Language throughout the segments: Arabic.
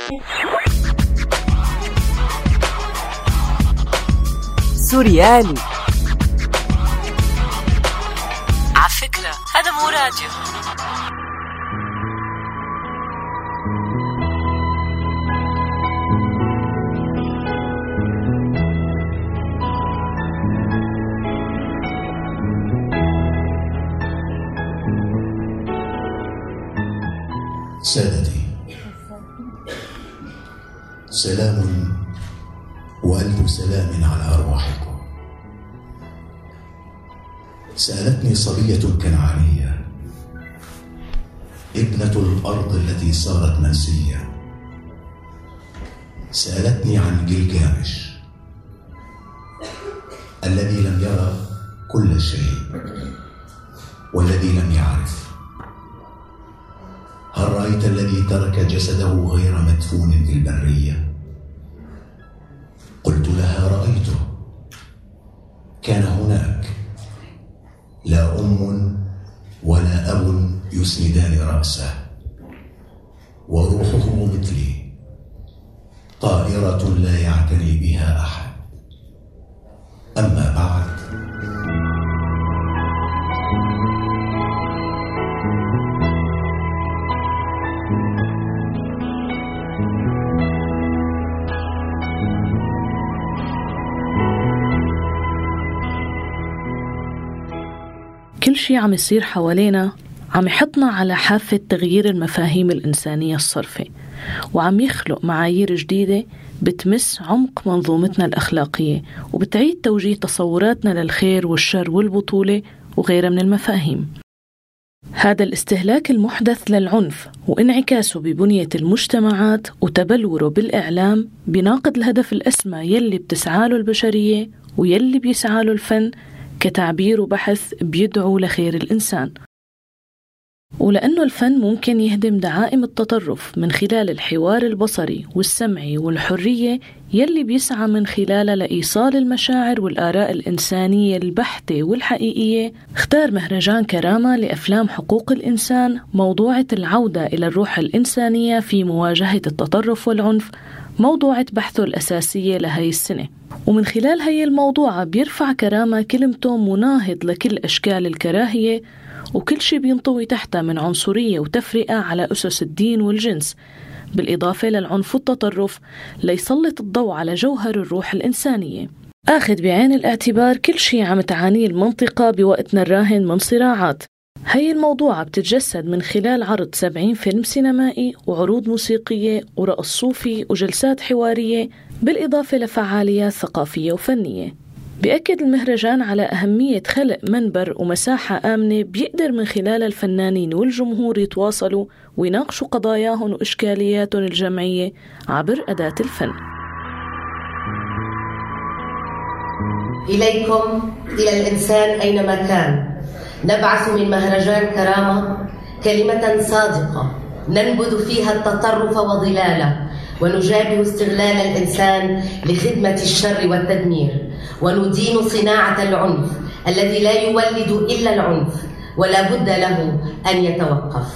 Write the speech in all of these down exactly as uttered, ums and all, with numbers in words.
سوريالي. على فكرة هذا مو راديو. سادتي، سلام وألف سلام على أرواحكم. سألتني صبية كنعانية، ابنة الأرض التي صارت منسية، سألتني عن جلجامش الذي لم يرى كل شيء والذي لم يعرف. هل رأيت الذي ترك جسده غير مدفون في البرية؟ قلت لها رأيته، كان هناك لا أم ولا أب يسندان رأسه، وروحه مثلي طائرة لا يعتني بها أحد. أما بعد، كل شي عم يصير حوالينا عم يحطنا على حافة تغيير المفاهيم الإنسانية الصرفة، وعم يخلق معايير جديدة بتمس عمق منظومتنا الأخلاقية، وبتعيد توجيه تصوراتنا للخير والشر والبطولة وغيرها من المفاهيم. هذا الاستهلاك المحدث للعنف وانعكاسه ببنية المجتمعات وتبلوره بالإعلام بيناقض الهدف الأسمى يلي بتسعاله البشرية ويلي بيسعاله الفن كتعبير وبحث بيدعو لخير الإنسان. ولأنه الفن ممكن يهدم دعائم التطرف من خلال الحوار البصري والسمعي والحرية يلي بيسعى من خلالها لإيصال المشاعر والآراء الإنسانية البحتة والحقيقية، اختار مهرجان كرامة لأفلام حقوق الإنسان موضوعة العودة إلى الروح الإنسانية في مواجهة التطرف والعنف موضوعة بحثه الأساسية لهي السنة. ومن خلال هي الموضوعة بيرفع كرامة كلمته مناهض لكل أشكال الكراهية وكل شيء بينطوي تحتها من عنصرية وتفرقة على أسس الدين والجنس، بالإضافة للعنف والتطرف، ليسلط الضوء على جوهر الروح الإنسانية، آخذ بعين الاعتبار كل شيء عم تعانيه المنطقة بوقتنا الراهن من صراعات. هي الموضوعة بتتجسد من خلال عرض سبعين فيلم سينمائي وعروض موسيقية ورقص صوفي وجلسات حوارية، بالإضافة لفعاليات ثقافية وفنية. بيأكد المهرجان على أهمية خلق منبر ومساحة آمنة بيقدر من خلال الفنانين والجمهور يتواصلوا ويناقشوا قضاياهم وإشكالياتهم الجمعية عبر أداة الفن. إليكم إلى الإنسان أينما كان، نبعث من مهرجان كرامة كلمة صادقة ننبذ فيها التطرف وضلاله، ونجابه استغلال الإنسان لخدمة الشر والتدمير، وندين صناعة العنف الذي لا يولد إلا العنف ولا بد له أن يتوقف.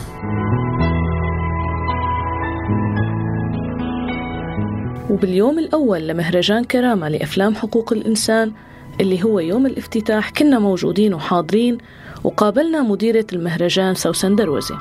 وباليوم الأول لمهرجان كرامة لأفلام حقوق الإنسان اللي هو يوم الافتتاح كنا موجودين وحاضرين، وقابلنا مديرة المهرجان سوسن دروزي.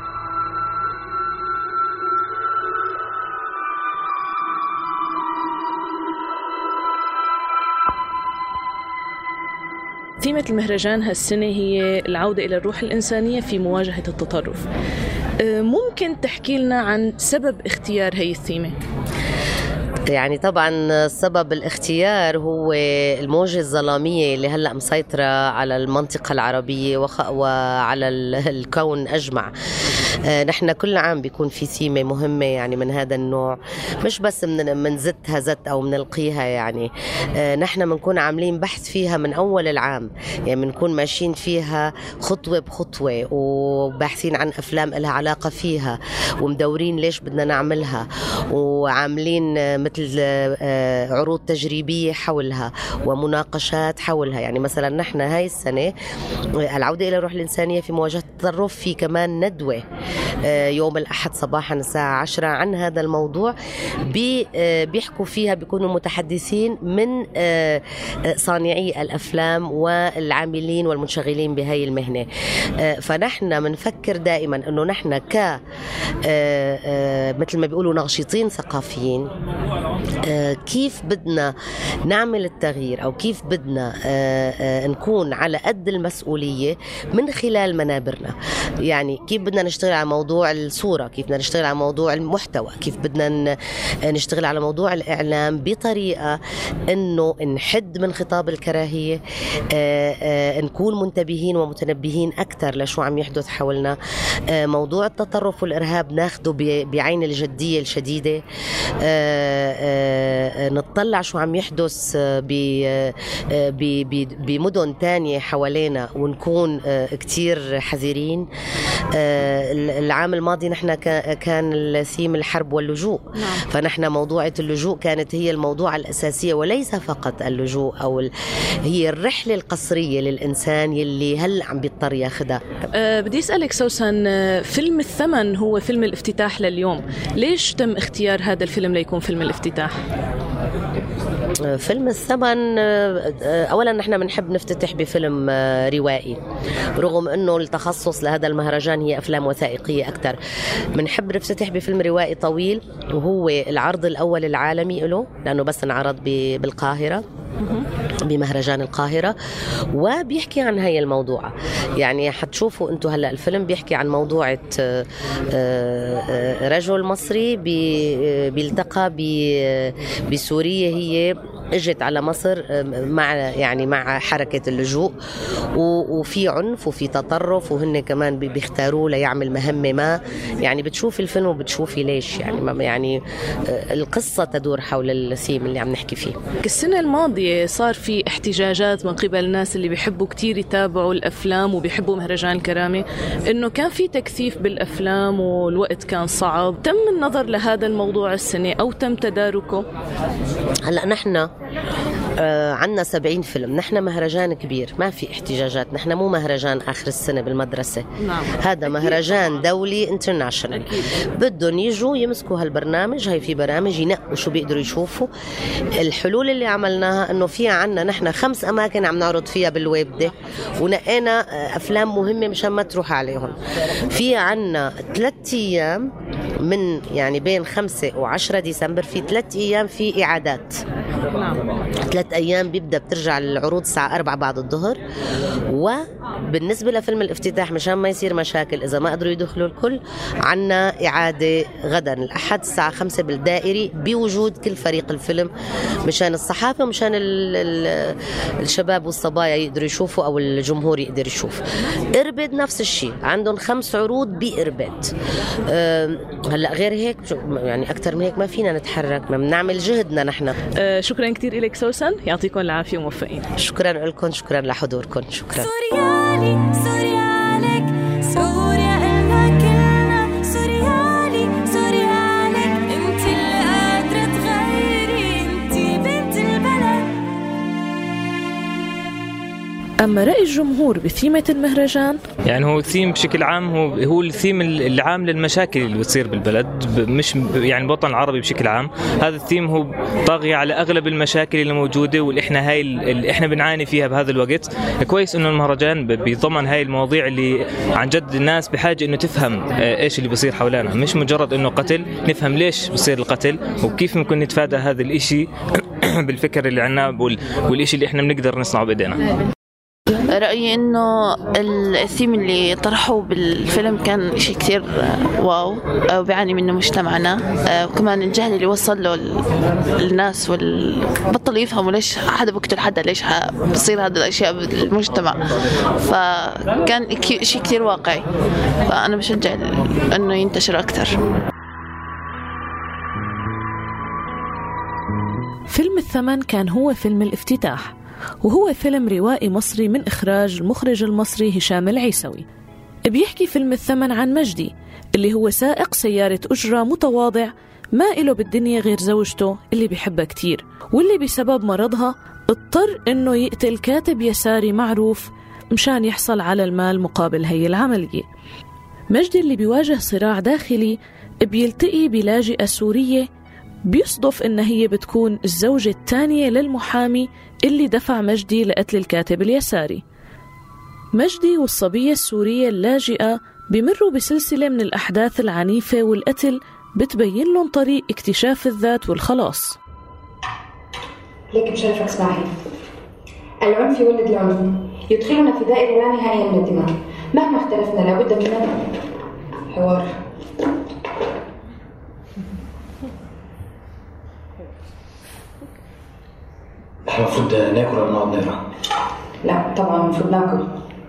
ثيمة المهرجان هالسنة هي العودة إلى الروح الإنسانية في مواجهة التطرف. ممكن تحكي لنا عن سبب اختيار هي الثيمة؟ يعني طبعا سبب الاختيار هو الموجة الظلامية اللي هلأ مسيطرة على المنطقة العربية وعلى الكون أجمع. نحن كل عام بيكون في ثيمة مهمة يعني من هذا النوع، مش بس من من زتها زت أو من القيها، يعني نحن بنكون عاملين بحث فيها من أول العام، يعني بنكون ماشيين فيها خطوة بخطوة وباحثين عن أفلام لها علاقة فيها ومدورين ليش بدنا نعملها، وعاملين مثل عروض تجريبية حولها ومناقشات حولها. يعني مثلا نحن هاي السنة العودة إلى الروح الإنسانية في مواجهة التطرف في كمان ندوة يوم الأحد صباحا الساعة عشرة عن هذا الموضوع. بيحكوا فيها بيكونوا متحدثين من صانعي الأفلام والعاملين والمنشغلين بهاي المهنة. فنحن منفكر دائما أنه نحن ك مثل ما بيقولوا ناشطين ثقافيين كيف بدنا نعمل التغيير أو كيف بدنا نكون على قد المسؤولية من خلال منابرنا. يعني كيف بدنا نشتغل على موضوع الصورة، كيف بدنا نشتغل على موضوع المحتوى، كيف بدنا نشتغل على موضوع الإعلام بطريقة أنه نحد من خطاب الكراهية، نكون منتبهين ومتنبهين أكثر لشو عم يحدث حولنا. موضوع التطرف والإرهاب ناخده بعين الجدية الشديدة، نطلع شو عم يحدث بمدن تانية حوالينا ونكون كتير حذرين. العام الماضي نحن كان الثيم الحرب واللجوء، فنحن موضوعة اللجوء كانت هي الموضوع الأساسية، وليس فقط اللجوء أو هي الرحلة القصرية للإنسان يلي هل عم بيضطر ياخدها. أه بدي أسألك سوسن، فيلم الثمن هو فيلم الافتتاح لليوم، ليش تم اختيار هذا الفيلم ليكون فيلم الافتتاح؟ فيلم الثمن أولا نحن بنحب نفتتح بفيلم روائي، رغم أنه التخصص لهذا المهرجان هي أفلام وثائقية أكثر. بنحب نفتتح بفيلم روائي طويل، وهو العرض الأول العالمي له، لأنه بس انعرض بالقاهرة بمهرجان القاهرة، وبيحكي عن هاي الموضوع. يعني حتشوفوا انتو هلأ الفيلم بيحكي عن موضوعة رجل مصري بيلتقى بسورية هي اجت على مصر مع يعني مع حركة اللجوء، وفي عنف وفي تطرف، وهن كمان بيختاروه ليعمل مهمة ما. يعني بتشوفي الفيلم وبتشوفي ليش يعني يعني القصة تدور حول الثيم اللي عم نحكي فيه. السنة الماضية صار في احتجاجات من قبل الناس اللي بيحبوا كتير يتابعوا الأفلام وبيحبوا مهرجان الكرامة، إنه كان في تكثيف بالأفلام والوقت كان صعب. تم النظر لهذا الموضوع السنة أو تم تداركه؟ هلأ نحن آه عنا سبعين فيلم، نحن مهرجان كبير ما في احتجاجات، نحن مو مهرجان آخر السنة بالمدرسة. نعم. هذا مهرجان دولي انترناشنال، بدهم يجوا يمسكوا هالبرنامج. هاي في برامج ينقوا شو بيقدروا يشوفوا. الحلول اللي عملناها انه في عنا نحن خمس اماكن عم نعرض فيها بالويب ده، ونقينا افلام مهمة مشان ما تروح عليهم. في عنا ثلاث ايام من يعني بين خمسة وعشرة ديسمبر، في ثلاث ايام في اعادات. نعم. ثلاث أيام بيبدأ بترجع العروض الساعة أربعة بعد الظهر. وبالنسبة لفيلم الافتتاح مشان ما يصير مشاكل إذا ما قدروا يدخلوا الكل، عنا إعادة غدا الأحد الساعة خمسة بالدائري بوجود كل فريق الفيلم، مشان الصحافة ومشان ال ال الشباب والصبايا يقدروا يشوفوا أو الجمهور يقدر يشوف. إربد نفس الشيء، عندهم خمس عروض بإربد. أه هلأ غير هيك يعني أكتر من هيك ما فينا نتحرك، ما بنعمل جهدنا نحن. أه شكرا كتير لك سوسن، يعطيكم العافية وموفقين. شكرا لكم، شكرا لحضوركم، شكرا. سوريالي سوريالك سوريا إلنا كلنا، سوريالي سوريالك انت اللي قادرة تغيري، انت بنت البلد. أما رأي الجمهور بثيمة المهرجان؟ يعني هو الثيم بشكل عام هو هو الثيم العام للمشاكل اللي بتصير بالبلد، مش يعني الوطن العربي بشكل عام. هذا الثيم هو طاغي على أغلب المشاكل اللي موجودة واللي إحنا هاي اللي إحنا بنعاني فيها بهذا الوقت. كويس إنه المهرجان بيضمن هاي المواضيع اللي عن جد الناس بحاجة إنه تفهم إيش اللي بيصير حولنا، مش مجرد إنه قتل، نفهم ليش بيصير القتل وكيف ممكن نتفادى هذا الإشي بالفكر اللي عنا والإشي اللي إحنا بنقدر نصنعه بإيدينا. رأيي إنه الثيم اللي طرحوه بالفيلم كان شيء كتير واو، وبيعاني منه مجتمعنا، وكمان الجهل اللي وصل له الناس والبطل يفهموا ليش حدا بقتل حدا، ليش بصير هذه الأشياء بالمجتمع. فكان شيء كتير واقعي، فأنا بشجع إنه ينتشر أكتر. فيلم الثمن كان هو فيلم الافتتاح، وهو فيلم روائي مصري من إخراج المخرج المصري هشام العيسوي. بيحكي فيلم الثمن عن مجدي اللي هو سائق سيارة أجرة متواضع ما إله بالدنيا غير زوجته اللي بيحبها كتير، واللي بسبب مرضها اضطر إنه يقتل كاتب يساري معروف مشان يحصل على المال مقابل هي العملية. مجدي اللي بيواجه صراع داخلي بيلتقي بلاجئة سورية بيصدف إن هي بتكون الزوجة الثانية للمحامي اللي دفع مجدي لقتل الكاتب اليساري. مجدي والصبية السورية اللاجئة بيمروا بسلسلة من الأحداث العنيفة والقتل بتبين لهم طريق اكتشاف الذات والخلاص. ليك بشرفك اسمعي، العنف يولد العنف، يدخلنا في دائرة لا نهاية من الدماء، مهما اختلفنا لابد من حوار. احنا المفروض ناكل ولا نقعد نقرا؟ لا طبعا المفروض ناكل.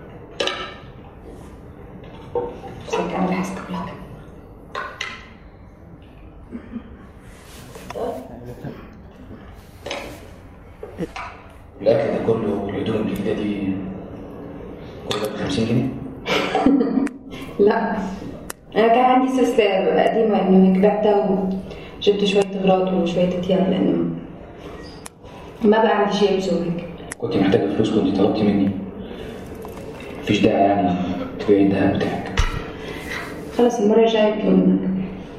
بس هيك اعمل حسك لك. الاكل ده كله والهدوم الجديده دي كلها ب خمسين جنيه؟ لا انا كان عندي سلسله قديمه انه هيك بعتها وجبت شويه اغراض وشويه ثياب لانه ما بقى عندي شيء بسوي هيك. كنت محتاجه فلوس كنت طلبتي مني، مفيش داعي يعني تبيعي الذهب بتاعك. خلص المره الجايه بطلب منك.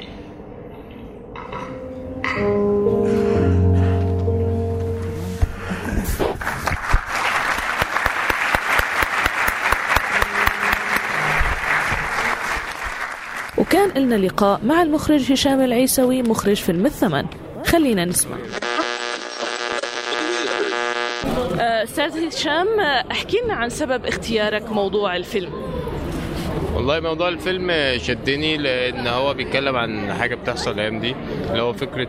وكان لنا لقاء مع المخرج هشام العيسوي مخرج فيلم الثمن. خلينا نسمع. أستاذ هشام، احكي لنا عن سبب اختيارك موضوع الفيلم. والله موضوع الفيلم شدني لأن هو بيتكلم عن حاجة بتحصل الأيام دي، اللي هو فكرة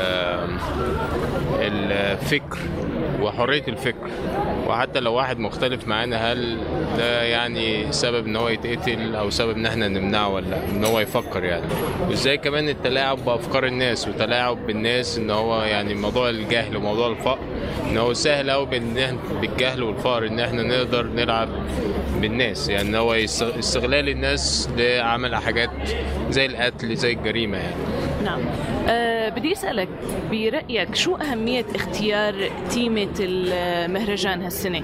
الفكر وحرية الفكر، وحتى لو واحد مختلف معانا هل ده يعني سبب ان هو يتقتل او سبب ان احنا نمنعه ولا ان هو يفكر يعني. وازاي كمان التلاعب بافكار الناس وتلاعب بالناس، ان هو يعني موضوع الجهل وموضوع الفقر، ان هو سهل قوي بالجهل والفقر ان احنا نقدر نلعب بالناس، يعني هو استغلال الناس لعمل حاجات زي القتل زي الجريمة يعني. نعم. أه بدي أسألك برأيك شو أهمية اختيار تيمة المهرجان هالسنة؟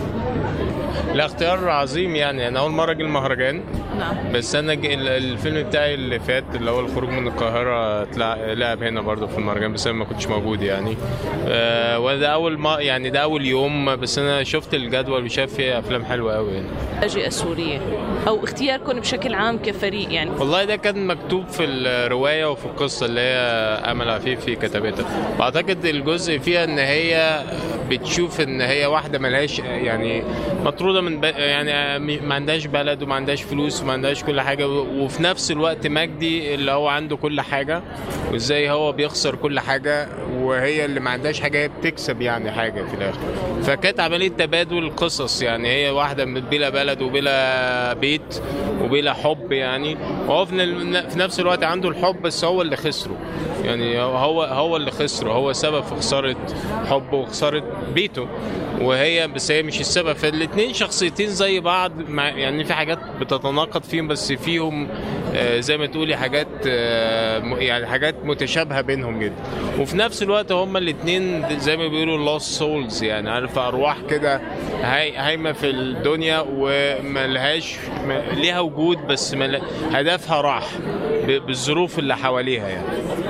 لا اختيار عظيم يعني. أنا أول مرة أجي المهرجان. نعم. بس أنا الفيلم بتاعي اللي فات اللي هو الخروج من القاهرة لعب هنا برضو في المهرجان، بس أنا ما كنتش موجود يعني. أه وده أول ما يعني ده أول يوم، بس أنا شفت الجدول وشاف فيه أفلام حلوة قوي يعني. اللاجئة السورية أو اختياركم بشكل عام كفريق يعني؟ والله ده كان مكتوب في الرواية وفي القصة اللي هي أمل عفيفي كتبتها، وأعتقد الجزء فيها إن هي بتشوف إن هي واحدة ملهاش يعني مطرودة من يعني ما عندهاش بلد وما عندهاش فلوس وما عندهاش كل حاجة، وفي نفس الوقت مجدي اللي هو عنده كل حاجة، وإزاي هو بيخسر كل حاجة وهي اللي ما عندهاش حاجة هي بتكسب يعني حاجة في الآخر. فكانت عملية تبادل قصص يعني، هي واحدة بلا بلد وبلا بيت وبلا حب يعني، وهو في نفس الوقت عنده الحب بس هو اللي خسره يعني، هو هو اللي خسره، هو سبب في خسارة حبه وخسارة بيته، وهي بس هي مش السبب. فالاتنين شخصيتين زي بعض يعني، في حاجات بتتناقض فيهم بس فيهم آه زي ما تقولي حاجات آه يعني حاجات متشابهة بينهم جدا، وفي نفس الوقت هما الاتنين زي ما بيقولوا lost souls يعني، عارف أرواح كده هايمة في الدنيا وملهاش ليها وجود بس هدفها راح بالظروف اللي حواليها يعني.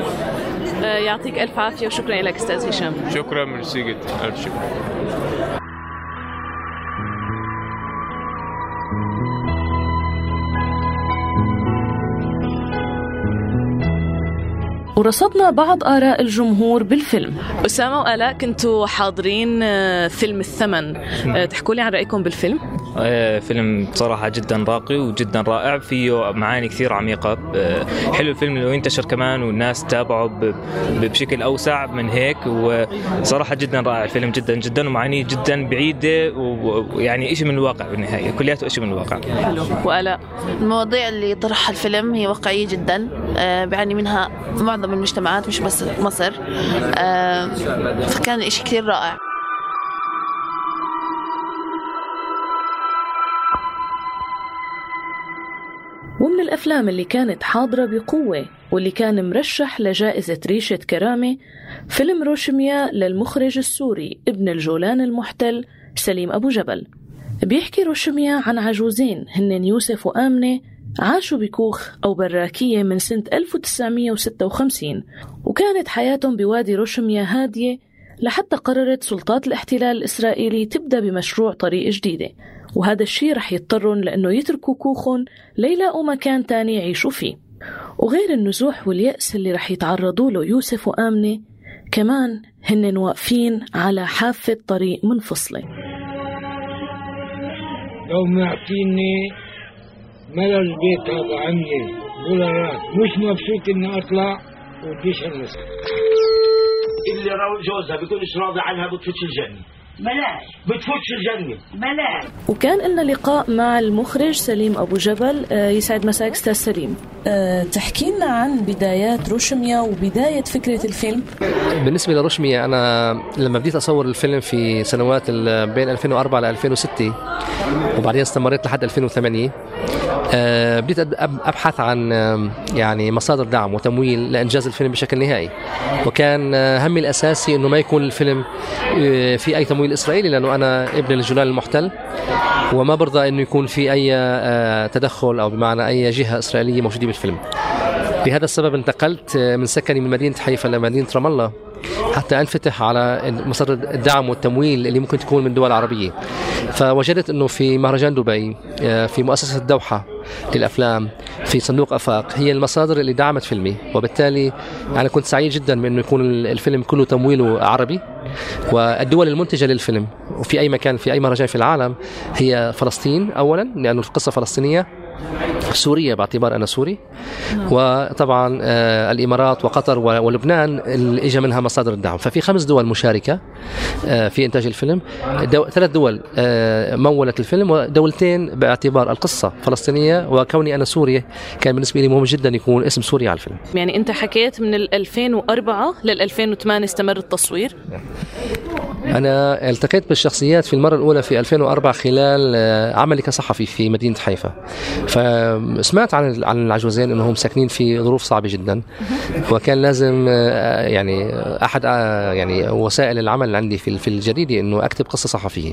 يعطيك ألف عافية وشكرا لك أستاذ هشام. شكرا، ميرسي جدا، ألف شكرا. ورصدنا بعض آراء الجمهور بالفيلم. أسامة وآلاء كنتوا حاضرين فيلم الثمن، تحكوا لي عن رأيكم بالفيلم؟ فيلم بصراحة جدا راقي وجدا رائع، فيه معاني كثير عميقة. حلو الفيلم لو ينتشر كمان والناس تابعه بشكل أوسع من هيك، وصراحة جدا رائع الفيلم جدا جدا، ومعانيه جدا بعيدة ويعني إشي من الواقع بالنهاية، كلياته إشي من الواقع. حلو. وآلاء؟ المواضيع اللي طرحها الفيلم هي واقعية جدا، بيعني منها معظم المجتمعات مش بس مصر، فكان إشي كثير رائع. ومن الأفلام اللي كانت حاضرة بقوة واللي كان مرشح لجائزة ريشة كرامة فيلم روشميا للمخرج السوري ابن الجولان المحتل سليم أبو جبل. بيحكي روشميا عن عجوزين هن يوسف وآمنة عاشوا بكوخ أو براكية من سنة ألف وتسعمية وستة وخمسين، وكانت حياتهم بوادي روشميا هادية لحتى قررت سلطات الاحتلال الإسرائيلي تبدأ بمشروع طريق جديدة، وهذا الشيء رح يضطرون لأنه يتركوا كوخهم ليلاقوا مكان تاني يعيشوا فيه. وغير النزوح واليأس اللي رح يتعرضوا له يوسف وآمنة، كمان هن واقفين على حافة طريق منفصلة. لو معطيني ملا البيت هذا عني دولارات مش مبسوط اني اطلع وبديش المسك. اللي جوزها بيكونش راضي عنها بتفوتش الجنة. ملاش بتفوتش الجنة ملاش. وكان لنا لقاء مع المخرج سليم أبو جبل. يسعد مساك أستاذ سليم. تحكي لنا عن بدايات روشميا وبداية فكرة الفيلم. بالنسبة لروشميا أنا لما بديت أصور الفيلم في سنوات بين ألفين وأربعة ل ألفين وستة وبعدين استمريت لحد ألفين وثمانية، أه بديت أبحث عن يعني مصادر دعم وتمويل لإنجاز الفيلم بشكل نهائي، وكان همي الأساسي إنه ما يكون الفيلم في أي تمويل إسرائيلي، لأنه أنا ابن الجولان المحتل وما برضى إنه يكون في أي تدخل أو بمعنى أي جهة إسرائيلية موجودة بالفيلم. لهذا السبب انتقلت من سكني من مدينة حيفا لمدينة رام الله حتى أنفتح على مصادر الدعم والتمويل اللي ممكن تكون من دول عربية. فوجدت أنه في مهرجان دبي، في مؤسسة الدوحة للأفلام، في صندوق أفاق، هي المصادر اللي دعمت فيلمي، وبالتالي أنا كنت سعيد جدا بأنه يكون الفيلم كله تمويله عربي. والدول المنتجة للفيلم وفي أي مكان في أي مهرجان في العالم هي فلسطين أولا، لأنه القصة فلسطينية، سوريا باعتبار أنا سوري، وطبعا آه الإمارات وقطر ولبنان اللي إجا منها مصادر الدعم. ففي خمس دول مشاركة آه في إنتاج الفيلم، دو... ثلاث دول آه مولت الفيلم، ودولتين باعتبار القصة فلسطينية، وكوني أنا سوري كان بالنسبة لي مهم جدا يكون اسم سوريا على الفيلم. يعني أنت حكيت من ألفين وأربعة لل ألفين وثمانية استمر التصوير؟ أنا التقيت بالشخصيات في المرة الأولى في ألفين وأربعة خلال عملي كصحفي في مدينة حيفا، فسمعت عن عن العجوزين أنهم ساكنين في ظروف صعبة جدا، وكان لازم يعني أحد يعني وسائل العمل اللي عندي في في الجريدة أنه أكتب قصة صحفية،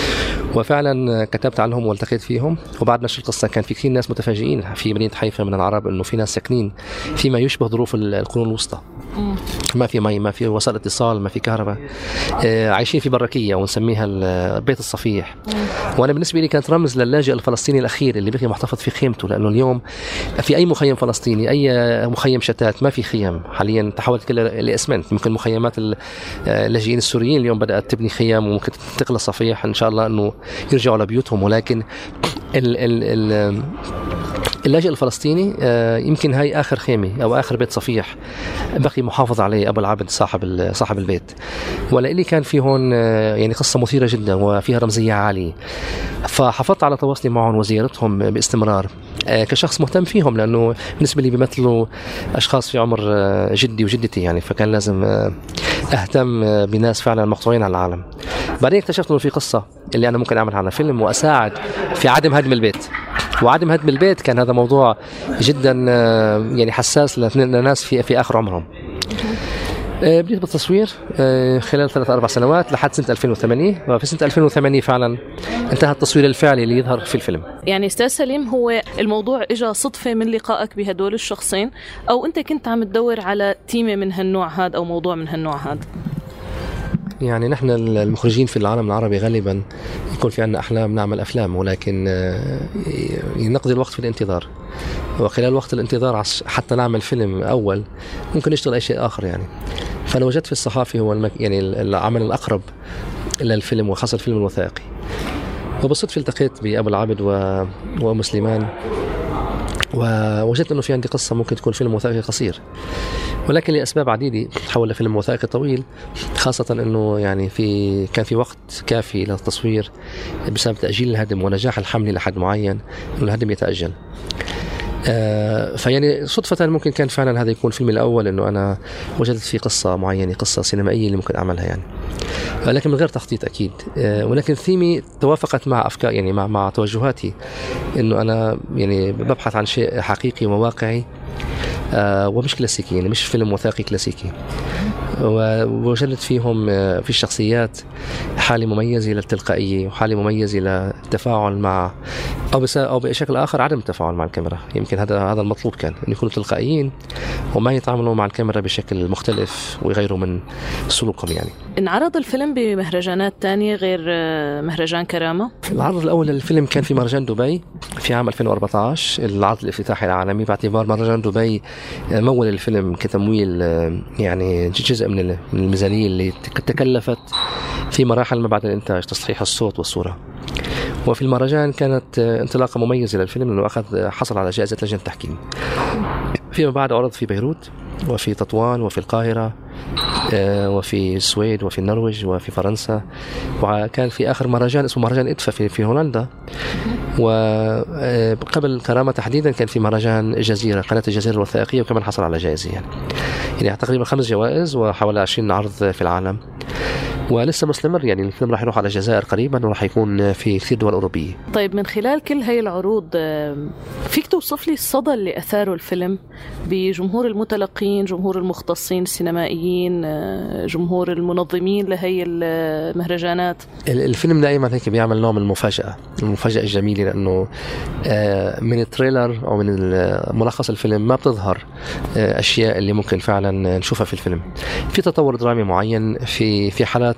وفعلا كتبت عنهم والتقيت فيهم. وبعد نشر القصة كان في كثير ناس متفاجئين في مدينة حيفا من العرب أنه في ناس ساكنين فيما يشبه ظروف القرون الوسطى، ما في مي، ما في وسائل اتصال، ما في كهرباء، عايشين في بركية ونسميها البيت الصفيح. وأنا بالنسبة لي كانت رمز للاجئ الفلسطيني الأخير اللي بقي محتفظ في خيمته، لأنه اليوم في أي مخيم فلسطيني، أي مخيم شتات، ما في خيم حاليا، تحولت كلها لإسمنت. ممكن مخيمات اللاجئين السوريين اليوم بدأت تبني خيم وممكن تقل صفيح إن شاء الله إنه يرجعوا لبيوتهم، ولكن ال ال ال اللاجئ الفلسطيني يمكن هاي آخر خيمة أو آخر بيت صفيح بقي محافظ عليه أبو العبد صاحب صاحب البيت. ولإلي كان في هون يعني قصة مثيرة جدا وفيها رمزية عالية، فحافظت على تواصلي معهم وزيارتهم باستمرار كشخص مهتم فيهم، لأنه بالنسبة لي بيمثلوا أشخاص في عمر جدي وجدتي يعني، فكان لازم أهتم بناس فعلا مقطوعين على العالم. بعدين اكتشفت إنه في قصة اللي أنا ممكن أعمل عنها فيلم وأساعد في عدم هدم البيت، وعدم هدم البيت كان هذا موضوع جدا يعني حساس لناس في في آخر عمرهم. بديت بالتصوير خلال ثلاث أربع سنوات لحد سنة ألفين وثمانية، وفي سنة ألفين وثمانية فعلا انتهى التصوير الفعلي اللي يظهر في الفيلم. يعني أستاذ سليم، هو الموضوع إجا صدفة من لقائك بهدول الشخصين، أو أنت كنت عم تدور على تيمة من هالنوع هذا أو موضوع من هالنوع هذا؟ يعني نحن المخرجين في العالم العربي غالبا يكون في عنا أحلام نعمل أفلام، ولكن نقضي الوقت في الانتظار، وخلال وقت الانتظار حتى نعمل فيلم أول ممكن نشتغل أي شيء آخر يعني. فأنا وجدت في الصحافي هو المك... يعني العمل الأقرب للفيلم، وخاصة الفيلم الوثائقي. وبالصدفة التقيت بأبو العبد و... وأم سليمان، ووجدت أنه في عندي قصة ممكن تكون فيلم وثائقي قصير، ولكن لأسباب عديدة تحول لفيلم وثائقي طويل، خاصة أنه يعني في كان في وقت كافي للتصوير بسبب تأجيل الهدم ونجاح الحمل لحد معين أنه الهدم يتأجل. آه فيعني صدفة ممكن كان فعلا هذا يكون فيلمي الأول، أنه أنا وجدت في قصة معينة، قصة سينمائية اللي ممكن أعملها يعني، ولكن من غير تخطيط أكيد. آه ولكن ثيمي توافقت مع أفكار يعني مع مع توجهاتي، إنه أنا يعني ببحث عن شيء حقيقي وواقعي آه ومش كلاسيكي، يعني مش فيلم وثائقي كلاسيكي. ووجدت فيهم في الشخصيات حالة مميزة للتلقائية وحالة مميزة للتفاعل مع أو بس أو بشكل آخر عدم التفاعل مع الكاميرا. يمكن هذا هذا المطلوب كان أن يكونوا تلقائيين وما يتعاملوا مع الكاميرا بشكل مختلف ويغيروا من سلوكهم. يعني انعرض الفيلم بمهرجانات تانية غير مهرجان كرامة؟ العرض الأول للفيلم كان في مهرجان دبي في عام ألفين وأربعة عشر، العرض الافتتاحي العالمي، باعتبار مهرجان دبي مول الفيلم كتمويل يعني جزء من الميزانية اللي تكلفت في مراحل ما بعد الإنتاج تصحيح الصوت والصورة. وفي المهرجان كانت انطلاقة مميزة للفيلم لأنه أخذ حصل على جائزة لجنة تحكيم. فيما بعد عرض في بيروت وفي تطوان وفي القاهرة وفي السويد وفي النرويج وفي فرنسا، وكان في آخر مهرجان اسمه مهرجان إدفا في, في هولندا. وقبل كرامة تحديدا كان في مهرجان الجزيرة، قناة الجزيرة الوثائقية، وكمان حصل على جائزة. يعني يعني تقريبا خمس جوائز وحوالي عشرين عرض في العالم، ولسه مستمر. يعني الفيلم راح يروح على الجزائر قريبا وراح يكون في كثير دول أوروبية. طيب من خلال كل هاي العروض فيك توصف لي الصدى اللي أثاره الفيلم بجمهور المتلقين، جمهور المختصين السينمائيين، جمهور المنظمين لهي المهرجانات؟ الفيلم دائما هيك بيعمل نوع من المفاجأة، المفاجأة الجميلة، لأنه من التريلر أو من ملخص الفيلم ما بتظهر أشياء اللي ممكن فعلا نشوفها في الفيلم. في تطور درامي معين، في في حالات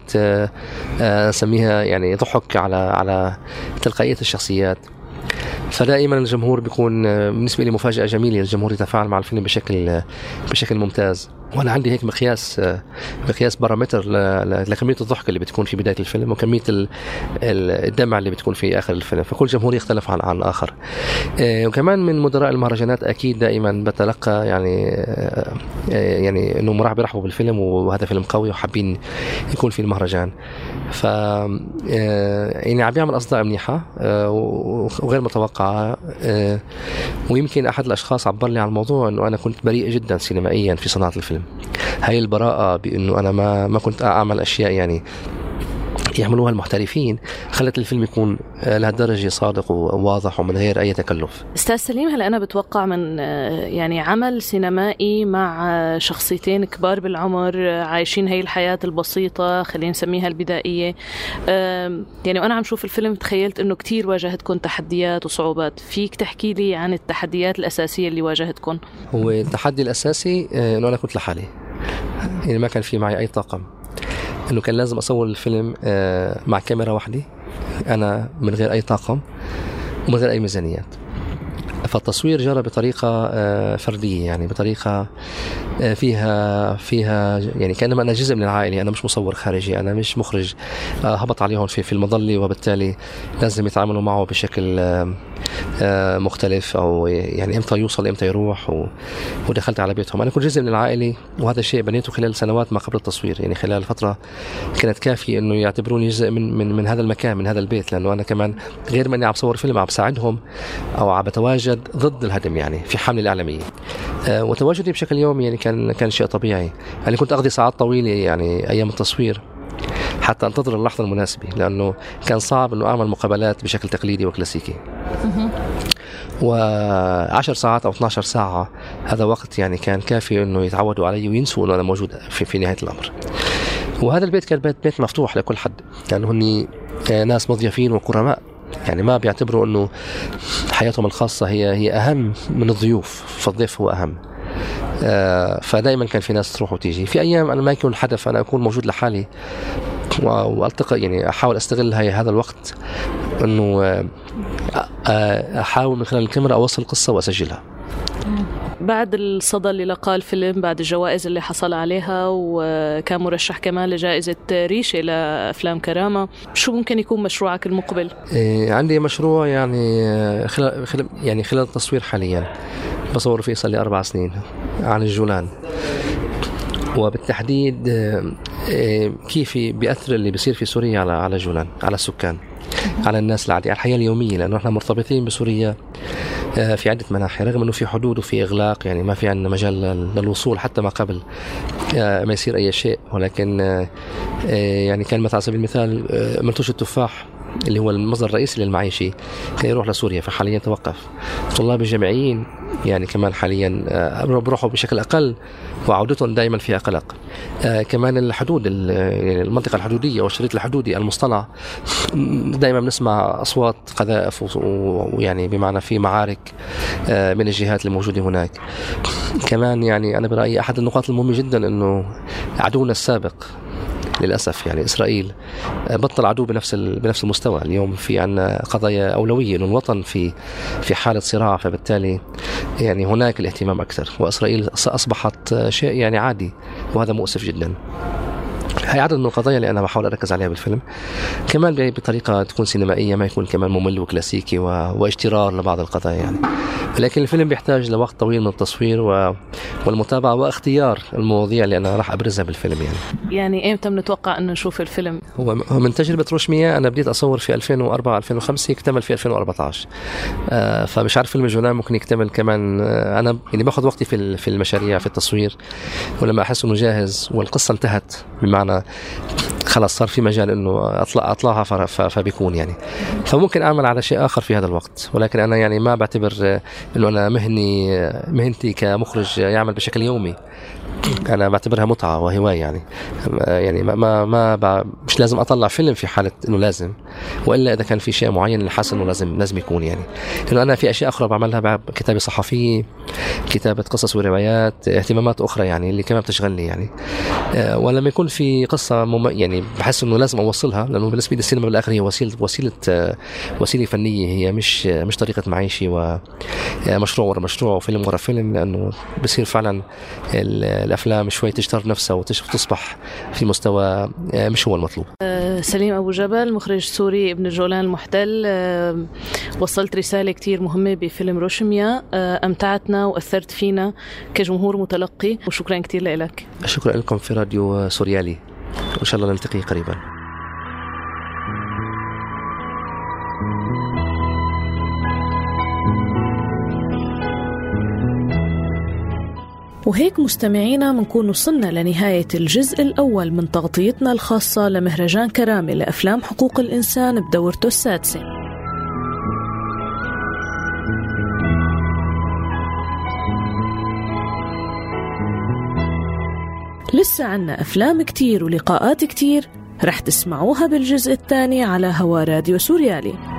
نسميها يعني ضحك على على تلقائية الشخصيات. فدائما الجمهور بيكون بالنسبة لي مفاجأة جميلة، الجمهور يتفاعل مع الفيلم بشكل بشكل ممتاز. وأنا عندي هيك مقياس مقياس بارامتر لكمية الضحك اللي بتكون في بداية الفيلم وكمية الدمع اللي بتكون في آخر الفيلم، فكل جمهور يختلف عن عن الآخر. وكمان من مدراء المهرجانات أكيد دائما بتلقى يعني يعني إنه راح بيرحبوا بالفيلم وهذا فيلم قوي وحابين يكون في المهرجان. ف يعني عم بيعمل أصداء منيحة وغير متوقعة. ويمكن أحد الأشخاص عبر لي عن الموضوع إنه أنا كنت بريء جدا سينمائيا في صناعة الفيلم. هاي البراءة بأنه أنا ما ما كنت أعمل أشياء يعني يعملوها المحترفين خلت الفيلم يكون لهالدرجة صادق وواضح ومن غير أي تكلف. أستاذ سليم، هل أنا بتوقع من يعني عمل سينمائي مع شخصيتين كبار بالعمر عايشين هاي الحياة البسيطة خلينا نسميها البدائية، يعني وأنا عم شوف الفيلم تخيلت أنه كتير واجهتكم تحديات وصعوبات. فيك تحكي لي عن التحديات الأساسية اللي واجهتكم؟ هو التحدي الأساسي أنه أنا كنت لحالي، يعني ما كان في معي أي طاقم، انه كان لازم اصور الفيلم مع كاميرا واحدة انا من غير اي طاقم ومن غير اي ميزانيات. فالتصوير جرى بطريقة فردية، يعني بطريقة فيها فيها يعني كأنما أنا جزء من العائلة، أنا مش مصور خارجي، أنا مش مخرج هبط عليهم في في المظلة وبالتالي لازم يتعاملوا معه بشكل مختلف، أو يعني إمتى يوصل إمتى يروح، ودخلت على بيتهم. أنا كنت جزء من العائلة، وهذا الشيء بنيته خلال سنوات ما قبل التصوير. يعني خلال فترة كانت كافية إنه يعتبروني جزء من من من هذا المكان، من هذا البيت، لأنه أنا كمان غير ما إني عم بصور فيلم عم بساعدهم أو عم بتواجد ضد الهدم يعني في حملة الإعلامية. أه وتواجدي بشكل يومي يعني كان كان شيء طبيعي. يعني كنت أقضي ساعات طويلة يعني أيام التصوير حتى أنتظر اللحظة المناسبة، لأنه كان صعب إنه أعمل مقابلات بشكل تقليدي وكلاسيكي. وعشر ساعات أو اثناشر ساعة هذا وقت يعني كان كافي إنه يتعودوا علي وينسوا إنه أنا موجود في في نهاية الأمر. وهذا البيت كان بيت, بيت مفتوح لكل حد، لأنه هني ناس مضيافين وكرماء، يعني ما بيعتبروا إنه حياتهم الخاصة هي هي أهم من الضيوف، فالضيف هو أهم. آه فدائما كان في ناس تروح وتيجي. في أيام أنا ما يكون الحدث أنا أكون موجود لحالي والتقى، يعني أحاول أستغل هاي هذا الوقت إنه آه أحاول من خلال الكاميرا أوصل القصة وأسجلها. بعد الصدى اللي لقاه الفيلم، بعد الجوائز اللي حصل عليها، وكان مرشح كمان لجائزة ريشة لأفلام كرامة، شو ممكن يكون مشروعك المقبل؟ إيه عندي مشروع يعني خلال, خلال يعني خلال التصوير حاليا بصور فيه صار لي أربع سنين عن الجولان، وبالتحديد إيه كيف بيأثر اللي بيصير في سوريا على على الجولان، على السكان، على الناس العادية، على الحياة اليومية، لأنه احنا مرتبطين بسوريا في عدة مناحي، رغم أنه في حدود وفي إغلاق، يعني ما في عندنا مجال للوصول حتى ما قبل ما يصير أي شيء. ولكن يعني كان مثلا على سبيل المثال ملتوش التفاح اللي هو المصدر الرئيسي للمعيشة كان يروح لسوريا، فحاليا توقف. طلاب الجامعيين يعني كمان حاليا بروحوا بشكل أقل وعودتهم دائما فيها قلق. آه كمان الحدود، المنطقة الحدودية والشريط الحدودي المصطنع، دائما بنسمع أصوات قذائف ويعني بمعنى في معارك آه من الجهات الموجودة هناك. كمان يعني أنا برأيي أحد النقاط المهمة جدا أنه عدونا السابق للأسف يعني إسرائيل بطل عدو بنفس بنفس المستوى. اليوم في عنا قضايا أولوية إنه الوطن في في حالة صراع، فبالتالي يعني هناك الاهتمام أكثر، وإسرائيل أصبحت شيء يعني عادي، وهذا مؤسف جدا. هي عدد من القضايا اللي أنا بحاول أركز عليها بالفيلم، كمان بطريقة تكون سينمائية، ما يكون كمان ممل وكلاسيكي و... واجترار لبعض القضايا يعني. لكن الفيلم بيحتاج لوقت طويل من التصوير و... والمتابعة واختيار المواضيع اللي أنا راح أبرزها بالفيلم يعني. يعني إمتى بنتوقع أن نشوف الفيلم؟ هو من تجربة روشمية، أنا بديت أصور في ألفين وأربعة ألفين وخمسة، يكتمل في ألفين وأربعة عشر. آه فمش عارف فيلم جولان ممكن يكتمل كمان. آه أنا يعني باخذ وقتي في في المشاريع في التصوير، ولما أحس إنه جاهز والقصة انتهت بمعنى خلاص صار في مجال انه اطلع اطلعها فبيكون يعني، فممكن اعمل على شيء اخر في هذا الوقت. ولكن انا يعني ما بعتبر انه انا مهني مهنتي كمخرج يعمل بشكل يومي، انا بعتبرها متعه وهوايه يعني. يعني ما ما, ما مش لازم اطلع فيلم في حاله انه لازم، والا اذا كان في شيء معين اللي حاسس انه لازم لازم يكون يعني. انه انا في اشياء اخرى بعملها، كتابه صحفيه، كتابه قصص وروايات، اهتمامات اخرى يعني اللي كمان بتشغلني يعني. ولما يكون في قصه مم... يعني بحس انه لازم اوصلها، لانه بالنسبه لي السينما بالاخر هي وسيله وسيله وسيله فنيه، هي مش مش طريقه معيشي ومشروع ورا مشروع وفيلم ورا فيلم، لانه بصير فعلا الافلام شوي تشتر نفسها وتصبح في مستوى مش هو المطلوب. سليم أبو جبل، مخرج سوري ابن الجولان المحتل، وصلت رسالة كتير مهمة بفيلم روشميا، أمتعتنا وأثرت فينا كجمهور متلقي، وشكرا كتير لك. شكرا لكم في راديو سوريالي، وإن شاء الله نلتقي قريبا. وهيك مستمعينا منكون وصلنا لنهاية الجزء الأول من تغطيتنا الخاصة لمهرجان كرامة لأفلام حقوق الإنسان بدورته السادسة. لسه عنا أفلام كتير ولقاءات كتير رح تسمعوها بالجزء الثاني على هوا راديو سوريالي.